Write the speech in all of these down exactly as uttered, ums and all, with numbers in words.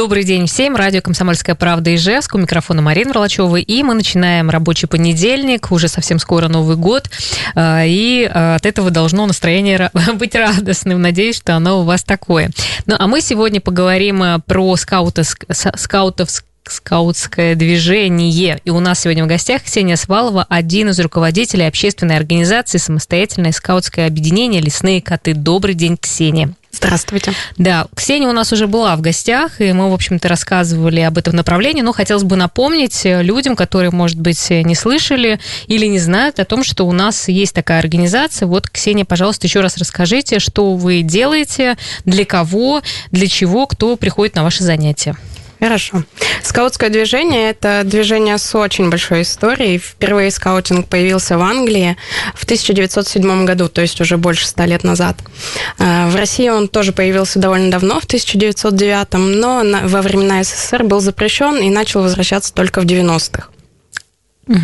Добрый день всем. Радио «Комсомольская правда» Ижевск. У микрофона Марина Вролачева. И мы начинаем рабочий понедельник. Уже совсем скоро Новый год. И от этого должно настроение быть радостным. Надеюсь, что оно у вас такое. Ну, а мы сегодня поговорим про скаутовское скаутское движение. И у нас сегодня в гостях Ксения Свалова, один из руководителей общественной организации «Самостоятельное скаутское объединение «Лесные коты». Добрый день, Ксения. Здравствуйте. Да, Ксения у нас уже была в гостях, и мы, в общем-то, рассказывали об этом направлении, но хотелось бы напомнить людям, которые, может быть, не слышали или не знают о том, что у нас есть такая организация. Вот, Ксения, пожалуйста, еще раз расскажите, что вы делаете, для кого, для чего, кто приходит на ваши занятия. Хорошо. Скаутское движение – это движение с очень большой историей. Впервые скаутинг появился в Англии в тысяча девятьсот седьмом году, то есть уже больше ста лет назад. В России он тоже появился довольно давно, в тысяча девятьсот девятом, но во времена СССР был запрещен и начал возвращаться только в девяностых. Угу.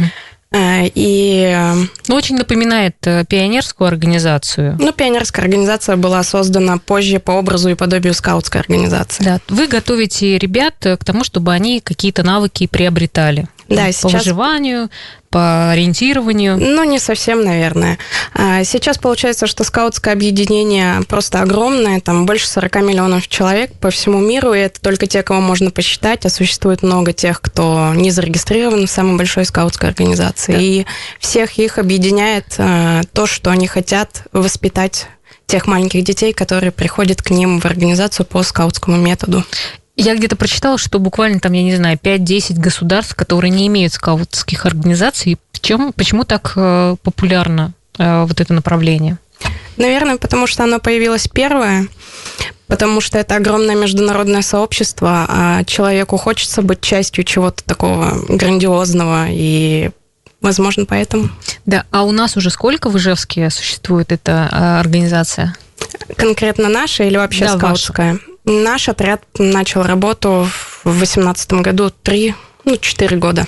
И... Ну, очень напоминает пионерскую организацию. Ну, пионерская организация была создана позже по образу и подобию скаутской организации. Да, вы готовите ребят к тому, чтобы они какие-то навыки приобретали. Да, по сейчас... выживанию, по ориентированию. Ну, не совсем, наверное. Сейчас получается, что скаутское объединение просто огромное, там больше сорок миллионов человек по всему миру, и это только те, кого можно посчитать, а существует много тех, кто не зарегистрирован в самой большой скаутской организации. Да. И всех их объединяет то, что они хотят воспитать тех маленьких детей, которые приходят к ним в организацию по скаутскому методу. Я где-то прочитала, что буквально там, я не знаю, пять-десять государств, которые не имеют скаутских организаций. Почему, почему так э, популярно э, вот это направление? Наверное, потому что оно появилось первое, потому что это огромное международное сообщество, а человеку хочется быть частью чего-то такого грандиозного, и, возможно, поэтому. Да, а у нас уже сколько в Ижевске существует эта э, организация? Конкретно наша или вообще да, скаутская? Ваша. Наш отряд начал работу в две тысячи восемнадцатом году, три, ну, четыре года.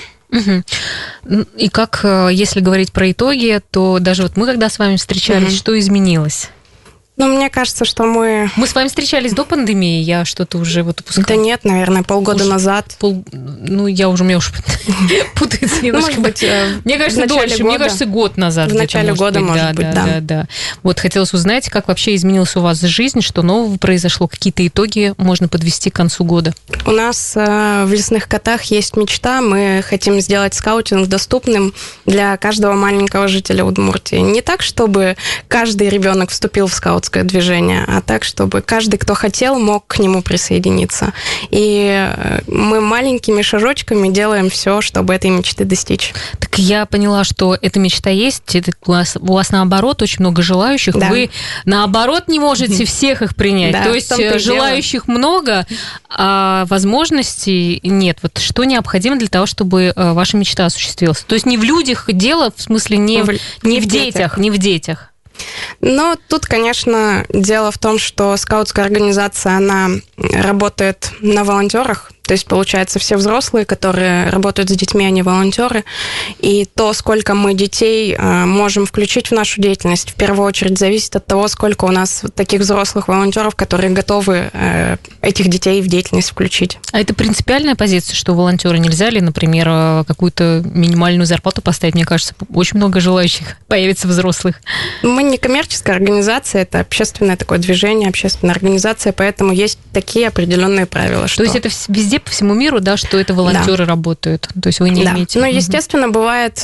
Угу. И как, если говорить про итоги, то даже вот мы, когда с вами встречались, угу. что изменилось? Ну, мне кажется, что мы... Мы с вами встречались до пандемии, я что-то уже вот упускала. Да нет, наверное, полгода Уж... назад. Пол... Ну, я уже, мне уже путается немножко. Ну, может быть, мне кажется, дольше, мне кажется, год назад. В начале года, может быть, да. Да, да. Вот хотелось узнать, как вообще изменилась у вас жизнь, что нового произошло, какие-то итоги можно подвести к концу года. У нас в «Лесных котах» есть мечта, мы хотим сделать скаутинг доступным для каждого маленького жителя Удмуртии. Не так, чтобы каждый ребенок вступил в скаут движение, а так, чтобы каждый, кто хотел, мог к нему присоединиться. И мы маленькими шажочками делаем все, чтобы этой мечты достичь. Так я поняла, что эта мечта есть, это у, вас, у вас наоборот очень много желающих, да. Вы наоборот не можете всех их принять. Да, то есть желающих дело. Много, а возможностей нет. Вот что необходимо для того, чтобы ваша мечта осуществилась? То есть не в людях дело, в смысле не в, не в детях, детях, не в детях. Но тут, конечно, дело в том, что скаутская организация, она работает на волонтерах. То есть, получается, все взрослые, которые работают с детьми, они волонтеры. И то, сколько мы детей можем включить в нашу деятельность, в первую очередь зависит от того, сколько у нас таких взрослых волонтеров, которые готовы этих детей в деятельность включить. А это принципиальная позиция, что волонтеры нельзя ли, например, какую-то минимальную зарплату поставить? Мне кажется, очень много желающих появится взрослых. Мы не коммерческая организация, это общественное такое движение, общественная организация, поэтому есть такие определенные правила. Что... То есть это везде по всему миру, да, что это волонтеры да. работают? То есть вы не да. имеете... Ну, естественно, бывает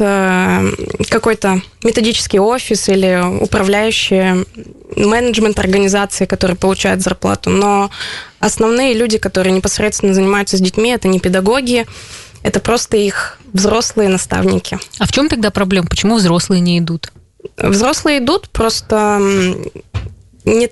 какой-то методический офис или управляющий менеджмент организации, который получает зарплату, но основные люди, которые непосредственно занимаются с детьми, это не педагоги, это просто их взрослые наставники. А в чем тогда проблема? Почему взрослые не идут? Взрослые идут, просто не...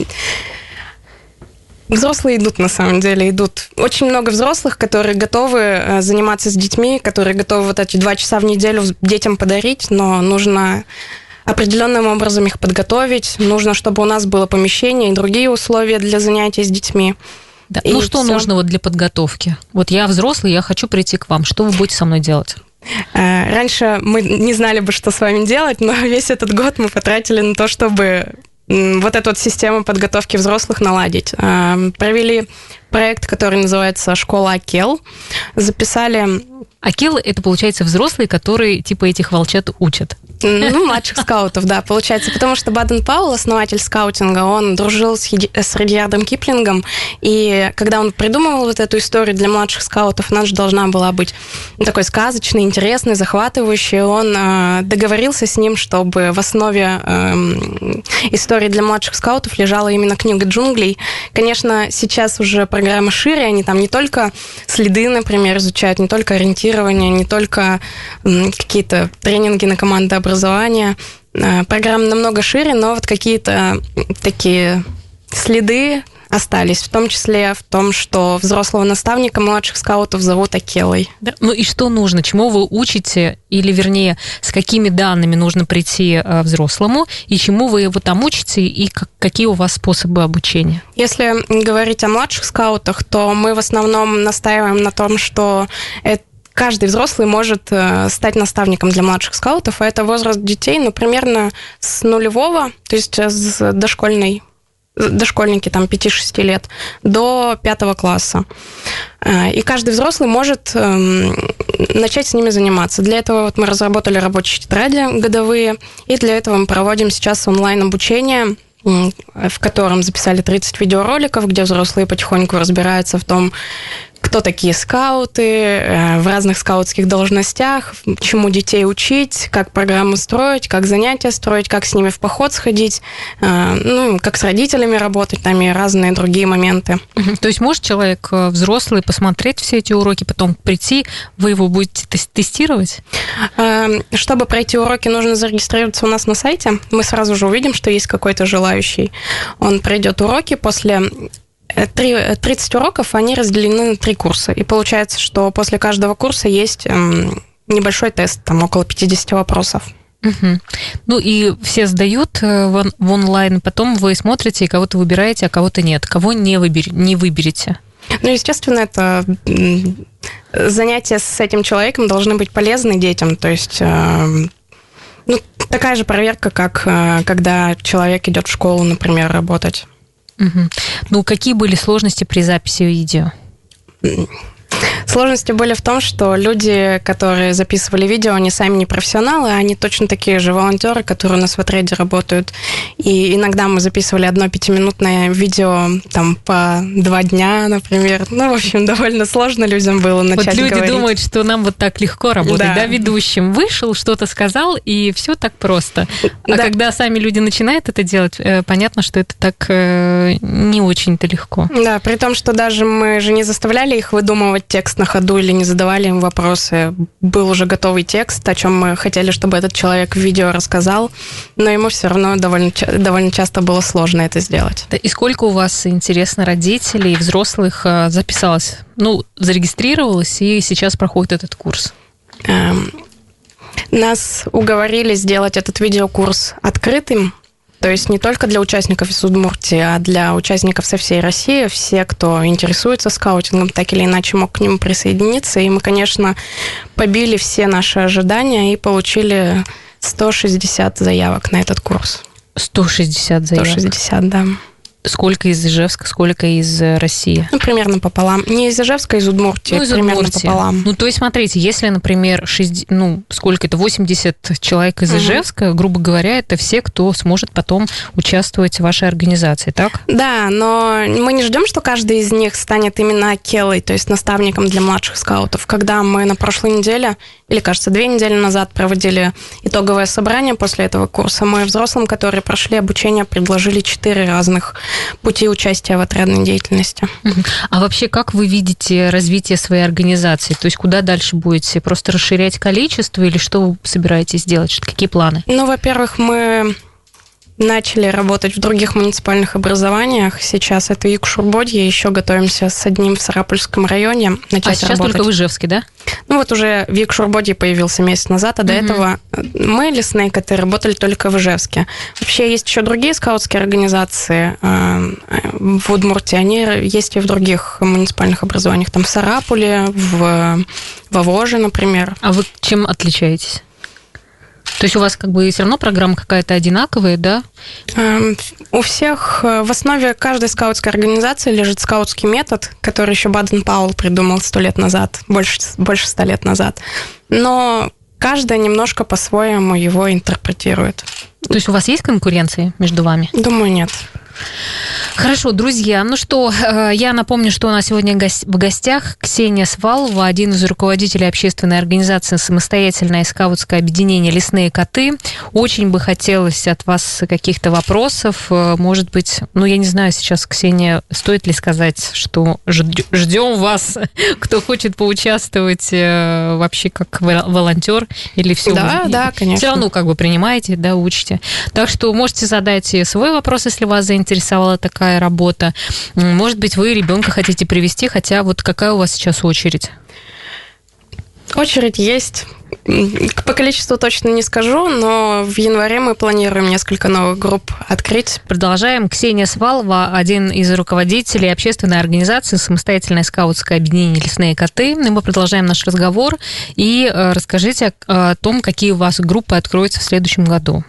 Взрослые идут, на самом деле, идут. Очень много взрослых, которые готовы заниматься с детьми, которые готовы вот эти два часа в неделю детям подарить, но нужно определенным образом их подготовить, нужно, чтобы у нас было помещение и другие условия для занятий с детьми. Да. Ну, что всё. Нужно вот для подготовки? Вот я взрослый, я хочу прийти к вам. Что вы будете со мной делать? Раньше мы не знали бы, что с вами делать, но весь этот год мы потратили на то, чтобы вот эту вот систему подготовки взрослых наладить. Провели проект, который называется «Школа Акел». Записали... Акел – это, получается, взрослые, которые типа этих волчат учат. Ну, младших скаутов, да, получается. Потому что Баден Пауэлл, основатель скаутинга, он дружил с, Еди... с Редьярдом Киплингом, и когда он придумывал вот эту историю для младших скаутов, она же должна была быть такой сказочной, интересной, захватывающей. Он э, договорился с ним, чтобы в основе э, истории для младших скаутов лежала именно книга джунглей. Конечно, сейчас уже программа шире, они там не только следы, например, изучают, не только ориентирование, не только э, какие-то тренинги на командообразование, образования. Программа намного шире, но вот какие-то такие следы остались, в том числе в том, что взрослого наставника младших скаутов зовут Акелой. Да. Ну и что нужно? Чему вы учите? Или, вернее, с какими данными нужно прийти взрослому? И чему вы его там учите? И какие у вас способы обучения? Если говорить о младших скаутах, то мы в основном настаиваем на том, что это каждый взрослый может стать наставником для младших скаутов, а это возраст детей, ну, примерно с нулевого, то есть с дошкольной, дошкольники там пяти-шести лет, до пятого класса. И каждый взрослый может начать с ними заниматься. Для этого вот мы разработали рабочие тетради годовые, и для этого мы проводим сейчас онлайн-обучение, в котором записали тридцать видеороликов, где взрослые потихоньку разбираются в том, кто такие скауты, в разных скаутских должностях, чему детей учить, как программы строить, как занятия строить, как с ними в поход сходить, ну, как с родителями работать, там и разные другие моменты. То есть может человек взрослый посмотреть все эти уроки, потом прийти, вы его будете тестировать? Чтобы пройти уроки, нужно зарегистрироваться у нас на сайте. Мы сразу же увидим, что есть какой-то желающий. Он пройдет уроки после... тридцать уроков, они разделены на три курса. И получается, что после каждого курса есть небольшой тест, там около пятьдесят вопросов. Угу. Ну и все сдают в, в онлайн, потом вы смотрите, и кого-то выбираете, а кого-то нет. Кого не, выбер, не выберете? Ну, естественно, это занятия с этим человеком должны быть полезны детям. То есть... Ну, такая же проверка, как когда человек идет в школу, например, работать. Угу. Ну, какие были сложности при записи видео? Сложности были в том, что люди, которые записывали видео, они сами не профессионалы, они точно такие же волонтеры, которые у нас в отряде работают. И иногда мы записывали одно пятиминутное видео там по два дня, например. Ну, в общем, довольно сложно людям было начать говорить. Вот люди говорить. думают, что нам вот так легко работать, да, да ведущим. Вышел, что-то сказал, и все так просто. А да. Когда сами люди начинают это делать, понятно, что это так не очень-то легко. Да, при том, что даже мы же не заставляли их выдумывать текст на ходу или не задавали им вопросы. Был уже готовый текст, о чем мы хотели, чтобы этот человек в видео рассказал, но ему все равно довольно, довольно часто было сложно это сделать. Да, и сколько у вас, интересно, родителей, взрослых записалось, ну, зарегистрировалось и сейчас проходит этот курс? Эм, нас уговорили сделать этот видеокурс открытым. То есть не только для участников из Удмуртии, а для участников со всей России. Все, кто интересуется скаутингом, так или иначе мог к нему присоединиться. И мы, конечно, побили все наши ожидания и получили сто шестьдесят заявок на этот курс. сто шестьдесят заявок? сто шестьдесят, да. Сколько из Ижевска, сколько из России? Ну, примерно пополам. Не из Ижевска, а из Удмуртии. Ну, из примерно Удмуртии. Пополам. Ну, то есть, смотрите, если, например, шесть, ну, сколько это, восемьдесят человек из Ижевска, угу. грубо говоря, это все, кто сможет потом участвовать в вашей организации, так? Да, но мы не ждем, что каждый из них станет именно Акелой, то есть наставником для младших скаутов. Когда мы на прошлой неделе, или, кажется, две недели назад проводили итоговое собрание после этого курса, мы взрослым, которые прошли обучение, предложили четыре разных пути участия в отрядной деятельности. А вообще, как вы видите развитие своей организации? То есть, куда дальше будете? Просто расширять количество или что вы собираетесь делать? Какие планы? Ну, во-первых, мы начали работать в других муниципальных образованиях. Сейчас это Юг-Шурбодье, еще готовимся с одним в Сарапульском районе начать А сейчас работать. только в Ижевске, да? Ну вот уже в Юг-Шурбодье появился месяц назад, а до mm-hmm. этого мы, лесные коты, работали только в Ижевске. Вообще есть еще другие скаутские организации в Удмуртии, они есть и в других муниципальных образованиях, там в Сарапуле, в Вовоже, например. А вы чем отличаетесь? То есть у вас как бы все равно программа какая-то одинаковая, да? У всех в основе каждой скаутской организации лежит скаутский метод, который еще Баден-Пауэлл придумал сто лет назад, больше, больше ста лет назад. Но каждая немножко по-своему его интерпретирует. То есть у вас есть конкуренция между вами? Думаю, нет. Хорошо, друзья, ну что, я напомню, что у нас сегодня в гостях Ксения Свалова, один из руководителей общественной организации «Самостоятельное скаутское объединение «Лесные коты». Очень бы хотелось от вас каких-то вопросов, может быть, ну, я не знаю сейчас, Ксения, стоит ли сказать, что ждем вас, кто хочет поучаствовать вообще как волонтер или все? Да, вы, да, конечно. Все равно как бы принимаете, да, учите. Так что можете задать свой вопрос, если вас заинтересовала такая работа. Может быть, вы ребенка хотите привести, хотя вот какая у вас сейчас очередь? Очередь есть. По количеству точно не скажу, но в январе мы планируем несколько новых групп открыть. Продолжаем. Ксения Свалова, один из руководителей общественной организации «Самостоятельное скаутское объединение «Лесные коты». Мы продолжаем наш разговор. И расскажите о том, какие у вас группы откроются в следующем году.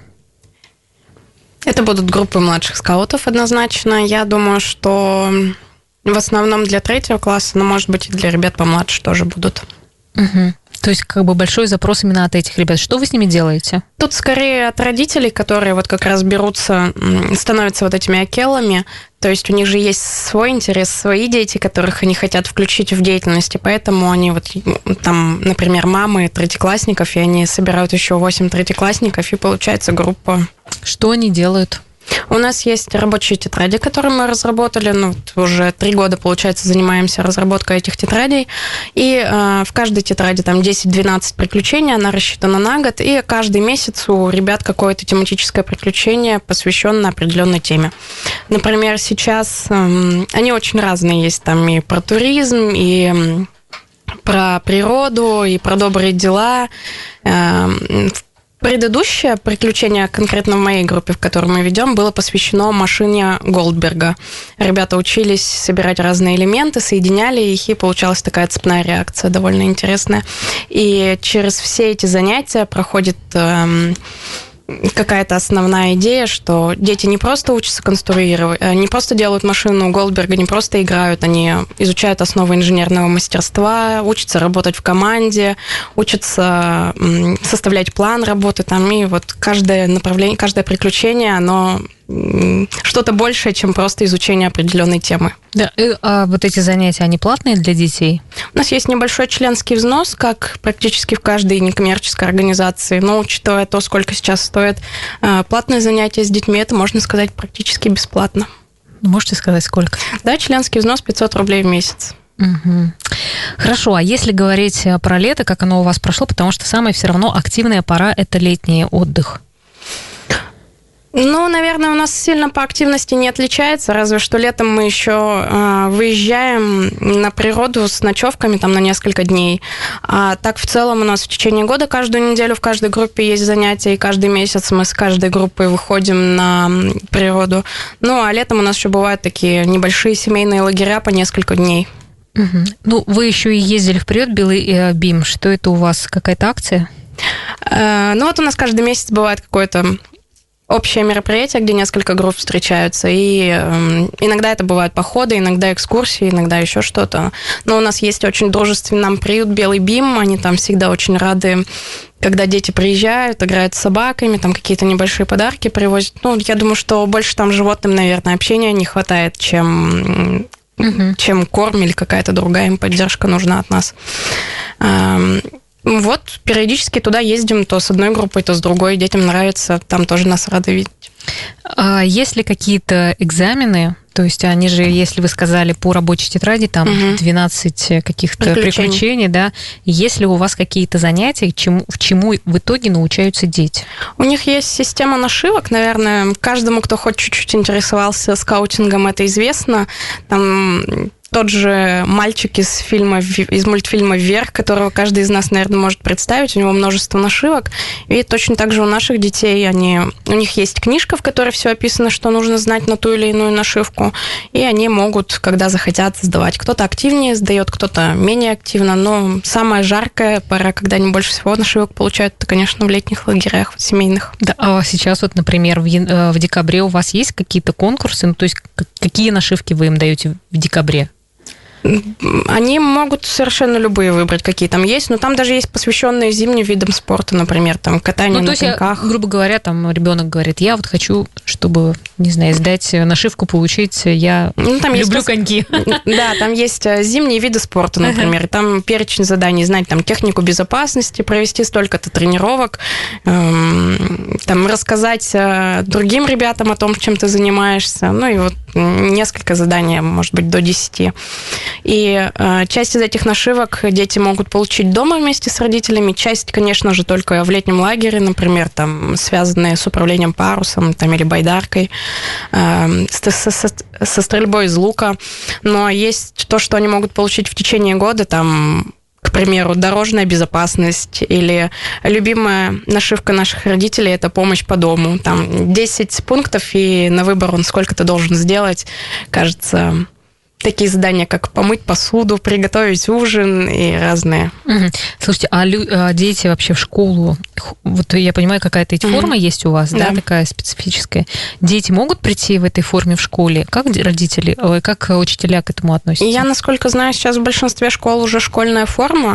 Это будут группы младших скаутов однозначно. Я думаю, что в основном для третьего класса, но, может быть, и для ребят помладше тоже будут. Угу. То есть, как бы большой запрос именно от этих ребят. Что вы с ними делаете? Тут скорее от родителей, которые вот как раз берутся, становятся вот этими акелами. То есть у них же есть свой интерес, свои дети, которых они хотят включить в деятельность, и поэтому они вот там, например, мамы третьеклассников, и они собирают еще восемь третьеклассников, и получается группа. Что они делают? У нас есть рабочие тетради, которые мы разработали. Ну, уже три года, получается, занимаемся разработкой этих тетрадей. И э, в каждой тетради там десять-двенадцать приключений, она рассчитана на год. И каждый месяц у ребят какое-то тематическое приключение, посвященное определенной теме. Например, сейчас э, они очень разные есть. Там и про туризм, и про природу, и про добрые дела. Э, Предыдущее приключение, конкретно в моей группе, в которой мы ведем, было посвящено машине Голдберга. Ребята учились собирать разные элементы, соединяли их, и получалась такая цепная реакция, довольно интересная. И через все эти занятия проходит эм, какая-то основная идея, что дети не просто учатся конструировать, не просто делают машину Голдберга, не просто играют, они изучают основы инженерного мастерства, учатся работать в команде, учатся составлять план работы там, и вот каждое направление, каждое приключение, оно что-то большее, чем просто изучение определенной темы. Да, а вот эти занятия, они платные для детей? У нас есть небольшой членский взнос, как практически в каждой некоммерческой организации, но учитывая то, сколько сейчас стоит платные занятия с детьми, это, можно сказать, практически бесплатно. Можете сказать, сколько? Да, членский взнос пятьсот рублей в месяц. Угу. Хорошо, а если говорить про лето, как оно у вас прошло, потому что самая все равно активная пора – это летний отдых. Ну, наверное, у нас сильно по активности не отличается, разве что летом мы еще э, выезжаем на природу с ночевками там на несколько дней. А так в целом у нас в течение года каждую неделю в каждой группе есть занятия, и каждый месяц мы с каждой группой выходим на природу. Ну, а летом у нас еще бывают такие небольшие семейные лагеря по несколько дней. Угу. Ну, вы еще и ездили в приют Белый Бим. Что это у вас, какая-то акция? Э, ну, вот у нас каждый месяц бывает какое-то общее мероприятие, где несколько групп встречаются, и э, иногда это бывают походы, иногда экскурсии, иногда еще что-то. Но у нас есть очень дружественный нам приют Белый Бим, они там всегда очень рады, когда дети приезжают, играют с собаками, там какие-то небольшие подарки привозят. Ну, я думаю, что больше там животным, наверное, общения не хватает, чем, uh-huh. чем корм или какая-то другая им поддержка нужна от нас. Вот, периодически туда ездим то с одной группой, то с другой. Детям нравится, там тоже нас рады видеть. А есть ли какие-то экзамены? То есть они же, если вы сказали по рабочей тетради, там угу. двенадцать каких-то приключений, приключений, да. Есть ли у вас какие-то занятия, чему, в чему в итоге научаются дети? У них есть система нашивок, наверное. Каждому, кто хоть чуть-чуть интересовался скаутингом, это известно. Там тот же мальчик из фильма, из мультфильма «Вверх», которого каждый из нас, наверное, может представить, у него множество нашивок. И точно так же у наших детей, они, у них есть книжка, в которой все описано, что нужно знать на ту или иную нашивку, и они могут, когда захотят, сдавать. Кто-то активнее сдает, кто-то менее активно, но самая жаркая пора, когда они больше всего нашивок получают, это, конечно, в летних лагерях семейных. Да, а сейчас вот, например, в, в декабре у вас есть какие-то конкурсы? Ну, то есть какие нашивки вы им даете в декабре? Они могут совершенно любые выбрать, какие там есть, но там даже есть посвященные зимним видам спорта, например, там катание ну, на коньках. Я, грубо говоря, там ребенок говорит, я вот хочу, чтобы, не знаю, сдать нашивку, получить, я ну, там люблю есть, коньки. Да, там есть зимние виды спорта, например, там перечень заданий, знать там технику безопасности, провести столько-то тренировок, там рассказать другим ребятам о том, чем ты занимаешься, ну и вот несколько заданий, может быть, до десяти. И э, часть из этих нашивок дети могут получить дома вместе с родителями, часть, конечно же, только в летнем лагере, например, там, связанные с управлением парусом там, или байдаркой, э, со, со, со стрельбой из лука. Но есть то, что они могут получить в течение года, там, к примеру, дорожная безопасность или любимая нашивка наших родителей – это помощь по дому. Там десять пунктов, и на выбор он сколько ты должен сделать, кажется... Такие задания, как помыть посуду, приготовить ужин и разные. Угу. Слушайте, а, лю- а дети вообще в школу, вот я понимаю, какая-то ведь угу. форма есть у вас, да. да, такая специфическая. Дети могут прийти в этой форме в школе? Как родители, как учителя к этому относятся? Я, насколько знаю, сейчас в большинстве школ уже школьная форма,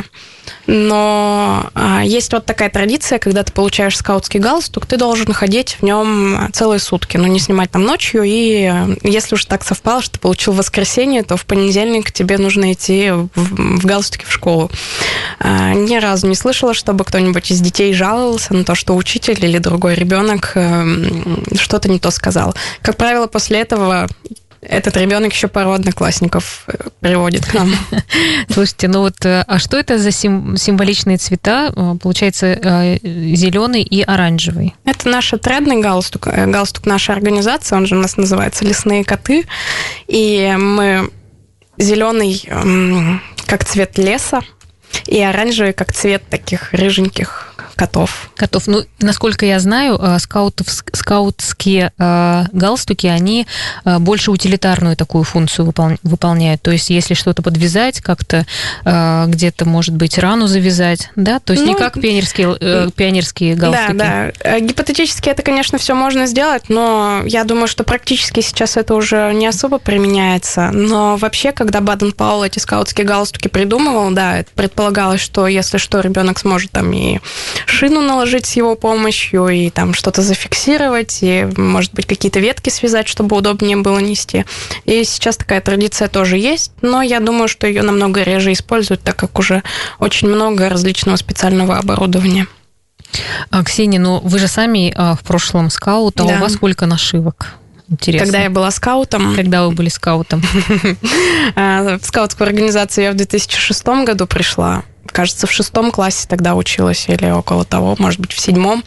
но а, есть вот такая традиция, когда ты получаешь скаутский галстук, ты должен ходить в нем целые сутки, ну, не снимать там ночью, и если уж так совпало, что ты получил в воскресенье, то в понедельник тебе нужно идти в, в галстуке в школу. А, ни разу не слышала, чтобы кто-нибудь из детей жаловался на то, что учитель или другой ребенок что-то не то сказал. Как правило, после этого этот ребенок еще пару одноклассников приводит к нам. Слушайте, ну вот, а что это за сим- символичные цвета? Получается, зеленый и оранжевый. Это наш отрядный галстук, галстук нашей организации, он же у нас называется «Лесные коты». И мы зеленый как цвет леса, и оранжевый как цвет таких рыженьких котов. Котов. Ну, насколько я знаю, скаутов, скаутские э, галстуки, они э, больше утилитарную такую функцию выпол- выполняют. То есть, если что-то подвязать, как-то э, где-то, может быть, рану завязать, да? То есть, ну, не как пионерские, э, пионерские галстуки. Да, да. Гипотетически это, конечно, все можно сделать, но я думаю, что практически сейчас это уже не особо применяется. Но вообще, когда Баден-Пауэлл эти скаутские галстуки придумывал, да, это предполагалось, что если что, ребенок сможет там и шину наложить с его помощью, и там что-то зафиксировать, и, может быть, какие-то ветки связать, чтобы удобнее было нести. И сейчас такая традиция тоже есть, но я думаю, что ее намного реже используют, так как уже очень много различного специального оборудования. Ксения, ну вы же сами в прошлом скаут, а да. у вас сколько нашивок? Интересно. Когда я была скаутом. Когда вы были скаутом? В скаутскую организацию я в две тысячи шестом году пришла. Кажется, в шестом классе тогда училась или около того, может быть, в седьмом.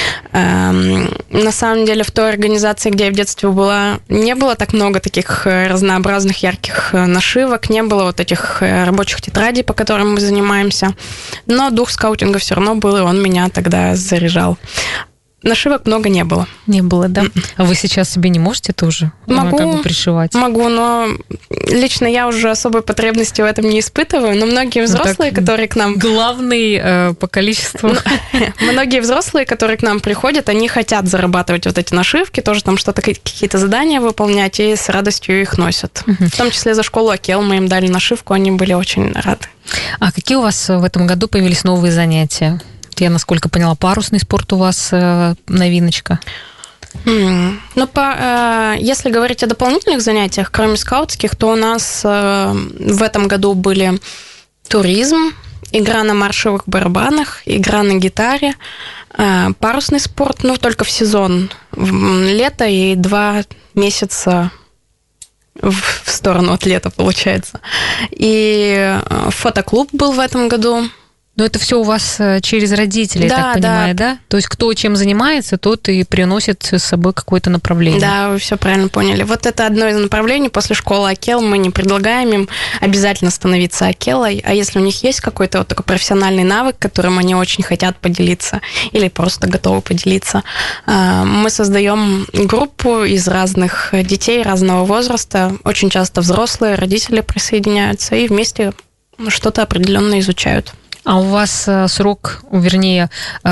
На самом деле, в той организации, где я в детстве была, не было так много таких разнообразных ярких нашивок, не было вот этих рабочих тетрадей, по которым мы занимаемся. Но дух скаутинга все равно был, и он меня тогда заряжал. Нашивок много не было. Не было, да? А вы сейчас себе не можете тоже могу, как бы пришивать? Могу, но лично я уже особой потребности в этом не испытываю, но многие взрослые, ну, которые к нам... Главный э, по количеству. Многие взрослые, которые к нам приходят, они хотят зарабатывать вот эти нашивки, тоже там что-то, какие-то задания выполнять, и с радостью их носят. В том числе за школу Акел мы им дали нашивку, они были очень рады. А какие у вас в этом году появились новые занятия? Я, насколько поняла, парусный спорт у вас э, новиночка. Mm. Ну, по, э, если говорить о дополнительных занятиях, кроме скаутских, то у нас э, в этом году были туризм, игра на маршевых барабанах, игра на гитаре, э, парусный спорт, ну, только в сезон, в лето и два месяца в, в сторону от лета, получается. И фотоклуб был в этом году. Но это все у вас через родителей, да, я так понимаю, да. да? То есть кто чем занимается, тот и приносит с собой какое-то направление. Да, вы все правильно поняли. Вот это одно из направлений. После школы Акел мы не предлагаем им обязательно становиться Акелой, а если у них есть какой-то вот такой профессиональный навык, которым они очень хотят поделиться или просто готовы поделиться, мы создаем группу из разных детей разного возраста. Очень часто взрослые, родители присоединяются и вместе что-то определенно изучают. А у вас срок, вернее,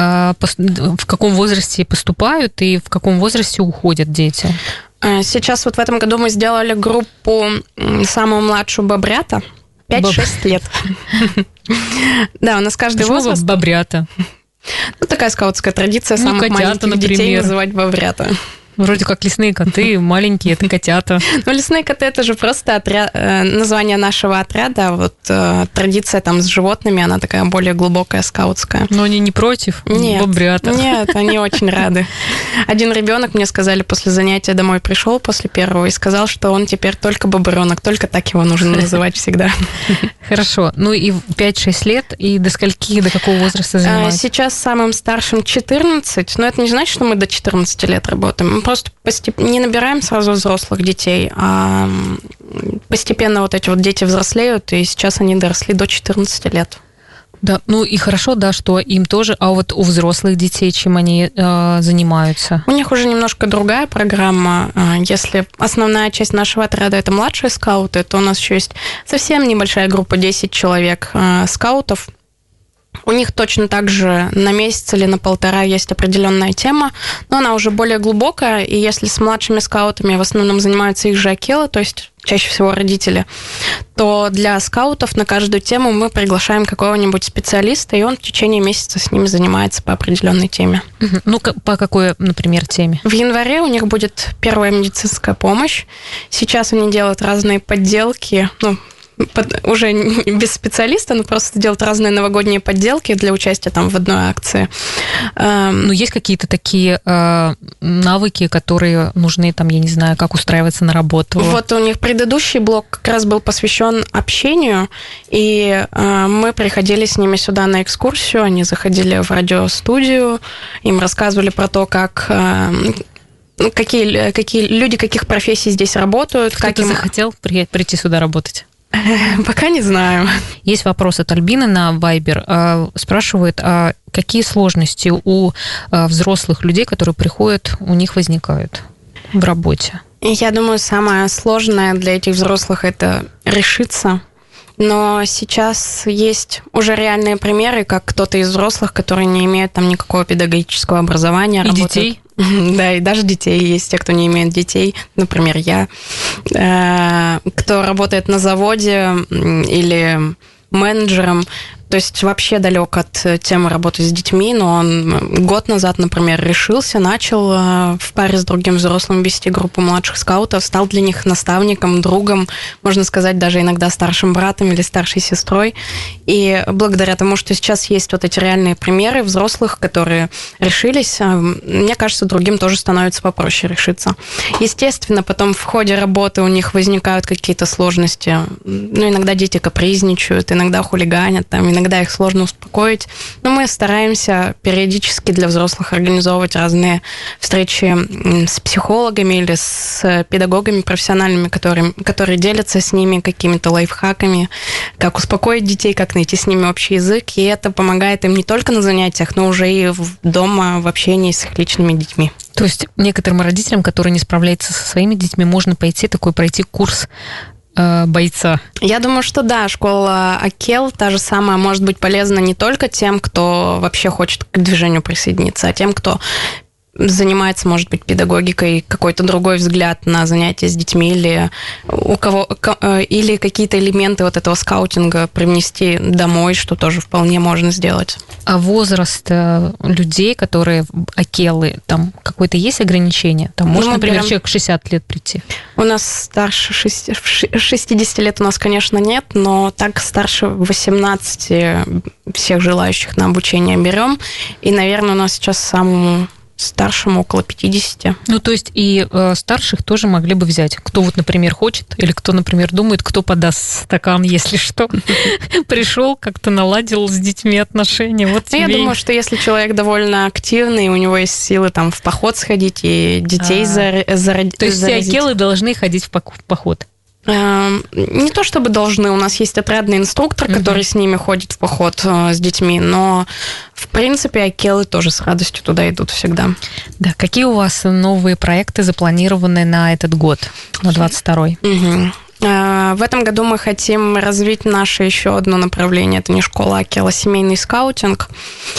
в каком возрасте поступают и в каком возрасте уходят дети? Сейчас вот в этом году мы сделали группу самую младшую бобрята, пять-шесть лет. Да, у нас каждый возраст... бобрята? Ну, такая скаутская традиция самых маленьких детей называть бобрята. Вроде как лесные коты, маленькие, это котята. Ну, лесные коты – это же просто отряд, название нашего отряда. Вот традиция там с животными, она такая более глубокая, скаутская. Но они не против? Нет, бобрята. Нет, они очень рады. Один ребенок, мне сказали, после занятия домой пришел после первого и сказал, что он теперь только бобренок, только так его нужно называть всегда. Хорошо. Ну и пять-шесть лет, и до скольки, до какого возраста занимаетесь? Сейчас самым старшим четырнадцать, но это не значит, что мы до четырнадцати лет работаем. Мы просто постеп... не набираем сразу взрослых детей, а постепенно вот эти вот дети взрослеют, и сейчас они доросли до четырнадцати лет. Да, ну и хорошо, да, что им тоже, а вот у взрослых детей чем они э, занимаются? У них уже немножко другая программа. Если основная часть нашего отряда – это младшие скауты, то у нас еще есть совсем небольшая группа, десять человек э, скаутов. У них точно так же на месяц или на полтора есть определенная тема, но она уже более глубокая, и если с младшими скаутами в основном занимаются их же акелы, то есть чаще всего родители, то для скаутов на каждую тему мы приглашаем какого-нибудь специалиста, и он в течение месяца с ними занимается по определенной теме. Ну, по какой, например, теме? В январе у них будет первая медицинская помощь. Сейчас они делают разные подделки, ну, Под, уже без специалиста, но просто делают разные новогодние подделки для участия там в одной акции. Ну, есть какие-то такие э, навыки, которые нужны, там, я не знаю, как устраиваться на работу? Вот у них предыдущий блок как раз был посвящен общению, и э, мы приходили с ними сюда на экскурсию, они заходили в радиостудию, им рассказывали про то, как... Э, какие, какие люди каких профессий здесь работают. Кто-то как им... захотел прийти сюда работать? Пока не знаю. Есть вопрос от Альбины на Viber. Спрашивает, а какие сложности у взрослых людей, которые приходят, у них возникают в работе? Я думаю, самое сложное для этих взрослых – это решиться. Но сейчас есть уже реальные примеры, как кто-то из взрослых, которые не имеют там никакого педагогического образования. И работают... детей? Да, и даже детей есть, те, кто не имеет детей, например, я, кто работает на заводе или менеджером, то есть вообще далек от темы работы с детьми, но он год назад, например, решился, начал в паре с другим взрослым вести группу младших скаутов, стал для них наставником, другом, можно сказать, даже иногда старшим братом или старшей сестрой. И благодаря тому, что сейчас есть вот эти реальные примеры взрослых, которые решились, мне кажется, другим тоже становится попроще решиться. Естественно, потом в ходе работы у них возникают какие-то сложности. Ну, иногда дети капризничают, иногда хулиганят, там, иногда их сложно успокоить, но мы стараемся периодически для взрослых организовывать разные встречи с психологами или с педагогами профессиональными, которые, которые делятся с ними какими-то лайфхаками, как успокоить детей, как найти с ними общий язык, и это помогает им не только на занятиях, но уже и дома в общении с их личными детьми. То есть некоторым родителям, которые не справляются со своими детьми, можно пойти такой пройти курс бойца? Я думаю, что да, школа Акел, та же самая, может быть полезна не только тем, кто вообще хочет к движению присоединиться, а тем, кто занимается, может быть, педагогикой, какой-то другой взгляд на занятия с детьми, или у кого или какие-то элементы вот этого скаутинга привнести домой, что тоже вполне можно сделать. А возраст людей, которые акелы, там какое-то есть ограничение? Там может, ну, например, прям... человек шестьдесят лет прийти? У нас старше шестидесяти лет у нас, конечно, нет, но так старше восемнадцати всех желающих на обучение берем. И, наверное, у нас сейчас самому старшим около пятидесяти. Ну, то есть и э, старших тоже могли бы взять. Кто вот, например, хочет, или кто, например, думает, кто подаст стакан, если что. Пришел, как-то наладил с детьми отношения. Вот Я думаю, что если человек довольно активный, у него есть силы там в поход сходить и детей заразить. То есть все акелы должны ходить в поход? Не то чтобы должны, у нас есть отрядный инструктор, который uh-huh. с ними ходит в поход с детьми, но в принципе акелы тоже с радостью туда идут всегда. Да, какие у вас новые проекты запланированы на этот год, на двадцать второй? Uh-huh. В этом году мы хотим развить наше еще одно направление. Это не школа акел, а семейный скаутинг.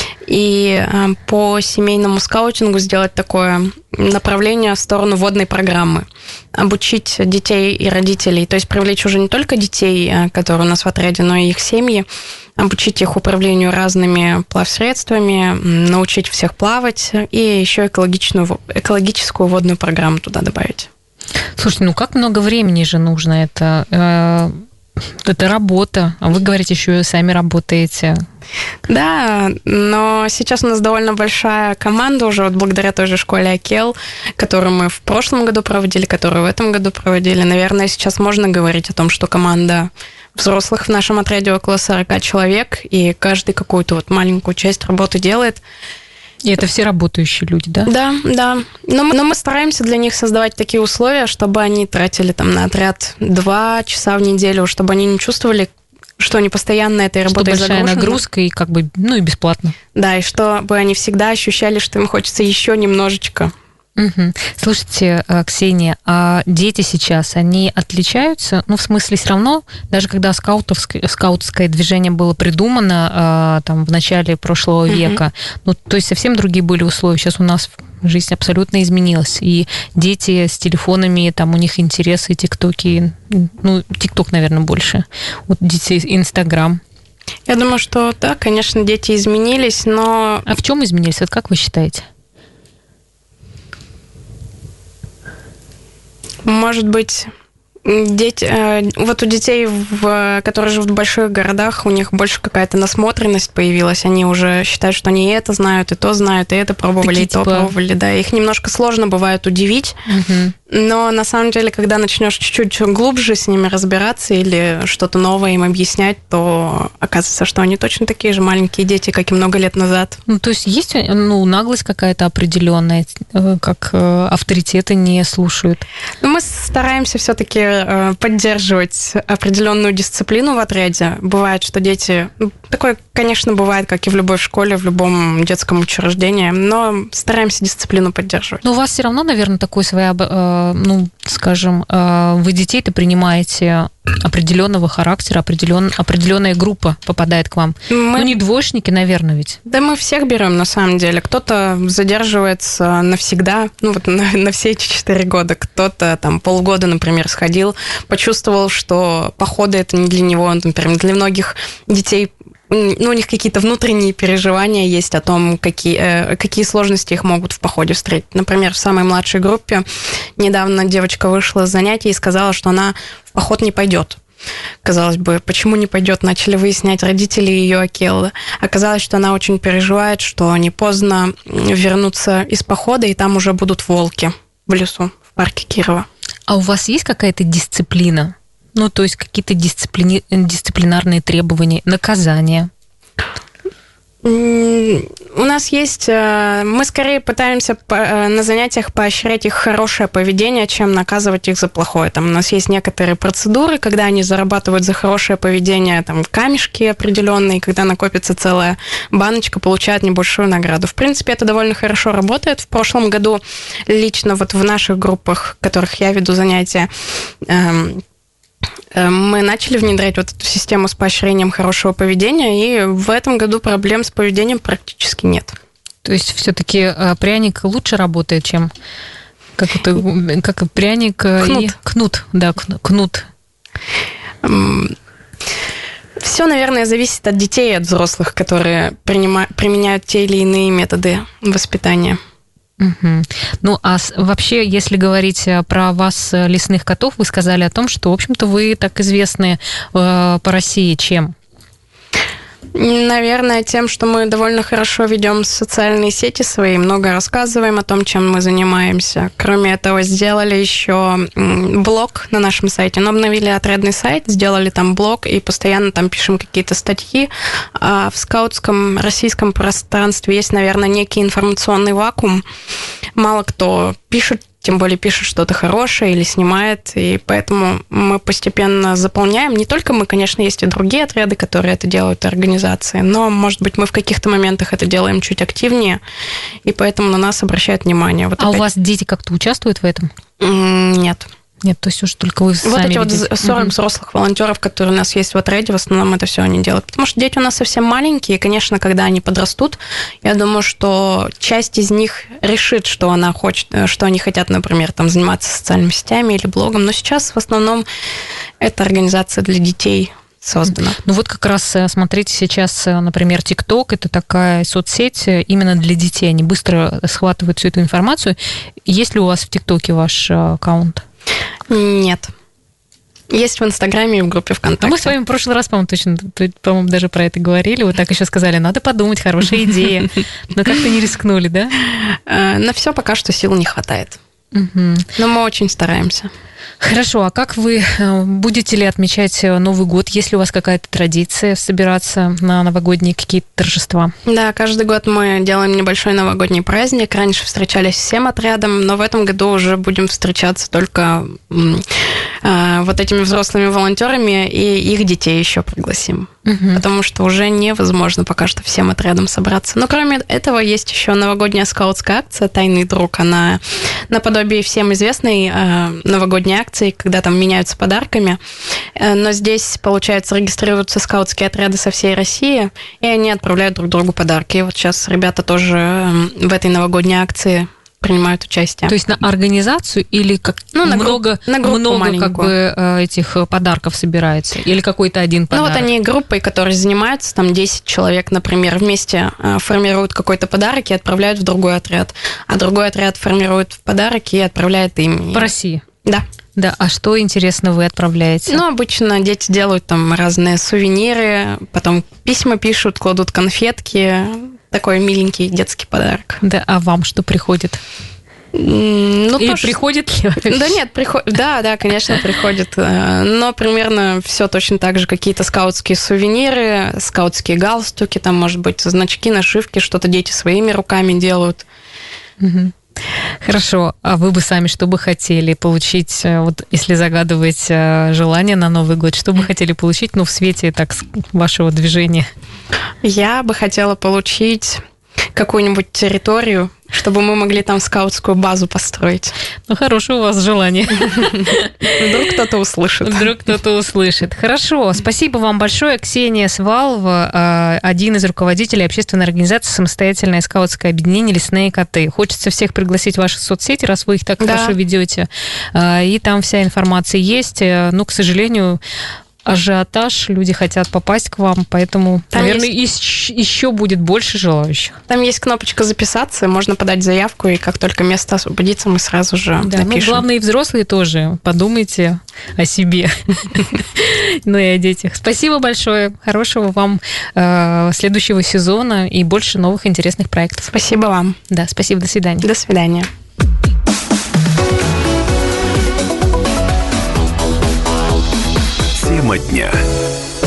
И по семейному скаутингу сделать такое направление в сторону водной программы. Обучить детей и родителей, то есть привлечь уже не только детей, которые у нас в отряде, но и их семьи, обучить их управлению разными плавсредствами, научить всех плавать и еще экологичную, экологическую водную программу туда добавить. Слушайте, ну как много времени же нужно? Это, это работа, а вы говорите, еще и сами работаете. Да, но сейчас у нас довольно большая команда уже, вот благодаря той же школе Акел, которую мы в прошлом году проводили, которую в этом году проводили. Наверное, сейчас можно говорить о том, что команда взрослых в нашем отряде около сорока человек, и каждый какую-то вот маленькую часть работы делает. И это все работающие люди, да? Да, да. Но мы, но мы стараемся для них создавать такие условия, чтобы они тратили там на отряд два часа в неделю, чтобы они не чувствовали, что они постоянно этой работой загружены. Что большая нагрузка и как бы, ну и бесплатно. Да, и чтобы они всегда ощущали, что им хочется еще немножечко. Угу. Слушайте, Ксения, а дети сейчас, они отличаются? Ну, в смысле, все равно, даже когда скаутовское, скаутское движение было придумано там, в начале прошлого угу. века, ну, то есть совсем другие были условия. Сейчас у нас жизнь абсолютно изменилась. И дети с телефонами, там у них интересы, тиктоки, ну, тикток, наверное, больше. Вот дети Инстаграм. Я думаю, что да, конечно, дети изменились, но... А в чем изменились? Вот как вы считаете? Может быть, дети, вот у детей, в, которые живут в больших городах, у них больше какая-то насмотренность появилась. Они уже считают, что они и это знают, и то знают, и это пробовали, такие, и то типа... пробовали. Да, их немножко сложно бывает удивить. Угу. Но на самом деле, когда начнешь чуть-чуть глубже с ними разбираться или что-то новое им объяснять, то оказывается, что они точно такие же маленькие дети, как и много лет назад. Ну, то есть есть ну, наглость какая-то определенная, как авторитеты не слушают? Ну, мы стараемся все-таки поддерживать определенную дисциплину в отряде. Бывает, что дети... Такое, конечно, бывает, как и в любой школе, в любом детском учреждении, но стараемся дисциплину поддерживать. Но у вас все равно, наверное, такой своеобразный, ну, скажем, вы детей-то принимаете определенного характера, определен, определенная группа попадает к вам. Мы... Ну, не двоечники, наверное, ведь. Да, мы всех берем, на самом деле. Кто-то задерживается навсегда, ну, вот на, на все эти четыре года. Кто-то там полгода, например, сходил, почувствовал, что походы это не для него. Например, для многих детей, ну, у них какие-то внутренние переживания есть о том, какие, какие сложности их могут в походе встретить. Например, в самой младшей группе недавно девочка вышла с занятий и сказала, что она в поход не пойдет. Казалось бы, почему не пойдет? Начали выяснять родители ее акелы. Оказалось, что она очень переживает, что они поздно вернутся из похода, и там уже будут волки в лесу, в парке Кирова. А у вас есть какая-то дисциплина? Ну, то есть какие-то дисциплини... дисциплинарные требования, наказания? У нас есть... Мы скорее пытаемся на занятиях поощрять их хорошее поведение, чем наказывать их за плохое. Там у нас есть некоторые процедуры, когда они зарабатывают за хорошее поведение там, камешки определенные, когда накопится целая баночка, получают небольшую награду. В принципе, это довольно хорошо работает. В прошлом году лично вот в наших группах, в которых я веду занятия, мы начали внедрять вот эту систему с поощрением хорошего поведения, и в этом году проблем с поведением практически нет. То есть все-таки пряник лучше работает, чем как это, как пряник кнут. И кнут, да, кнут. Все, наверное, зависит от детей и от взрослых, которые принимают, применяют те или иные методы воспитания. Угу. Ну, а вообще, если говорить про вас, лесных котов, вы сказали о том, что, в общем-то, вы так известны э, по России чем? Наверное, тем, что мы довольно хорошо ведем социальные сети свои, много рассказываем о том, чем мы занимаемся. Кроме этого, сделали еще блог на нашем сайте. Но обновили отрядный сайт, сделали там блог и постоянно там пишем какие-то статьи. А в скаутском российском пространстве есть, наверное, некий информационный вакуум. Мало кто пишет, тем более пишет что-то хорошее или снимает, и поэтому мы постепенно заполняем. Не только мы, конечно, есть и другие отряды, которые это делают, организации, но, может быть, мы в каких-то моментах это делаем чуть активнее, и поэтому на нас обращают внимание. Вот а опять... у вас дети как-то участвуют в этом? Нет. Нет, то есть уж только вы сами Вот эти видите. вот сорок угу. взрослых волонтеров, которые у нас есть в отряде, в основном это все они делают. Потому что дети у нас совсем маленькие, и, конечно, когда они подрастут, я думаю, что часть из них решит, что она хочет, что они хотят, например, там, заниматься социальными сетями или блогом. Но сейчас в основном это организация для детей создана. Ну вот как раз смотрите сейчас, например, TikTok, это такая соцсеть именно для детей. Они быстро схватывают всю эту информацию. Есть ли у вас в ТикТоке ваш аккаунт? Нет. Есть в Инстаграме и в группе ВКонтакте. А мы с вами в прошлый раз, по-моему, точно, по-моему, даже про это говорили. Вот так еще сказали, надо подумать, хорошая идея. Но как-то не рискнули, да? На все пока что сил не хватает. Угу. Но мы очень стараемся. Хорошо, а как вы будете ли отмечать Новый год? Есть ли у вас какая-то традиция собираться на новогодние какие-то торжества? Да, каждый год мы делаем небольшой новогодний праздник. Раньше встречались всем отрядом, но в этом году уже будем встречаться только э, вот этими взрослыми волонтерами, и их детей еще пригласим. Угу. Потому что уже невозможно пока что всем отрядом собраться. Но кроме этого есть еще новогодняя скаутская акция «Тайный друг». Она наподобие всем известной э, новогодней акции, когда там меняются подарками. Э, но здесь, получается, регистрируются скаутские отряды со всей России, и они отправляют друг другу подарки. И вот сейчас ребята тоже э, в этой новогодней акции принимают участие. То есть на организацию или как ну, на много, групп, на много как бы этих подарков собирается? Или какой-то один подарок? Ну вот они группой, которые занимаются, там десять человек, например, вместе формируют какой-то подарок и отправляют в другой отряд. А другой отряд формирует подарок и отправляет им. По России? Да. Да, а что, интересно, вы отправляете? Ну, обычно дети делают там разные сувениры, потом письма пишут, кладут конфетки. Такой миленький детский подарок. Да, а вам что приходит? Ну, Или тоже... приходит ли вообще? Да нет, приходит. Да, да, конечно, приходит. Но примерно все точно так же. Какие-то скаутские сувениры, скаутские галстуки, там, может быть, значки, нашивки, что-то дети своими руками делают. Угу. Хорошо, а вы бы сами что бы хотели получить, вот если загадывать желание на Новый год, что бы хотели получить, ну, в свете так вашего движения? Я бы хотела получить какую-нибудь территорию, чтобы мы могли там скаутскую базу построить. Ну, хорошее у вас желание. Вдруг кто-то услышит. Вдруг кто-то услышит. Хорошо. Спасибо вам большое. Ксения Свалова, один из руководителей общественной организации «Самостоятельное скаутское объединение «Лесные коты». Хочется всех пригласить в ваши соцсети, раз вы их так да. хорошо ведете. И там вся информация есть. Но, к сожалению, ажиотаж, люди хотят попасть к вам, поэтому, там наверное, есть... еще будет больше желающих. Там есть кнопочка «Записаться», можно подать заявку, и как только место освободится, мы сразу же да, напишем. Ну, главное, и взрослые тоже подумайте о себе, ну и о детях. Спасибо большое, хорошего вам следующего сезона и больше новых интересных проектов. Спасибо вам. Да, спасибо, до свидания. До свидания. Тема дня.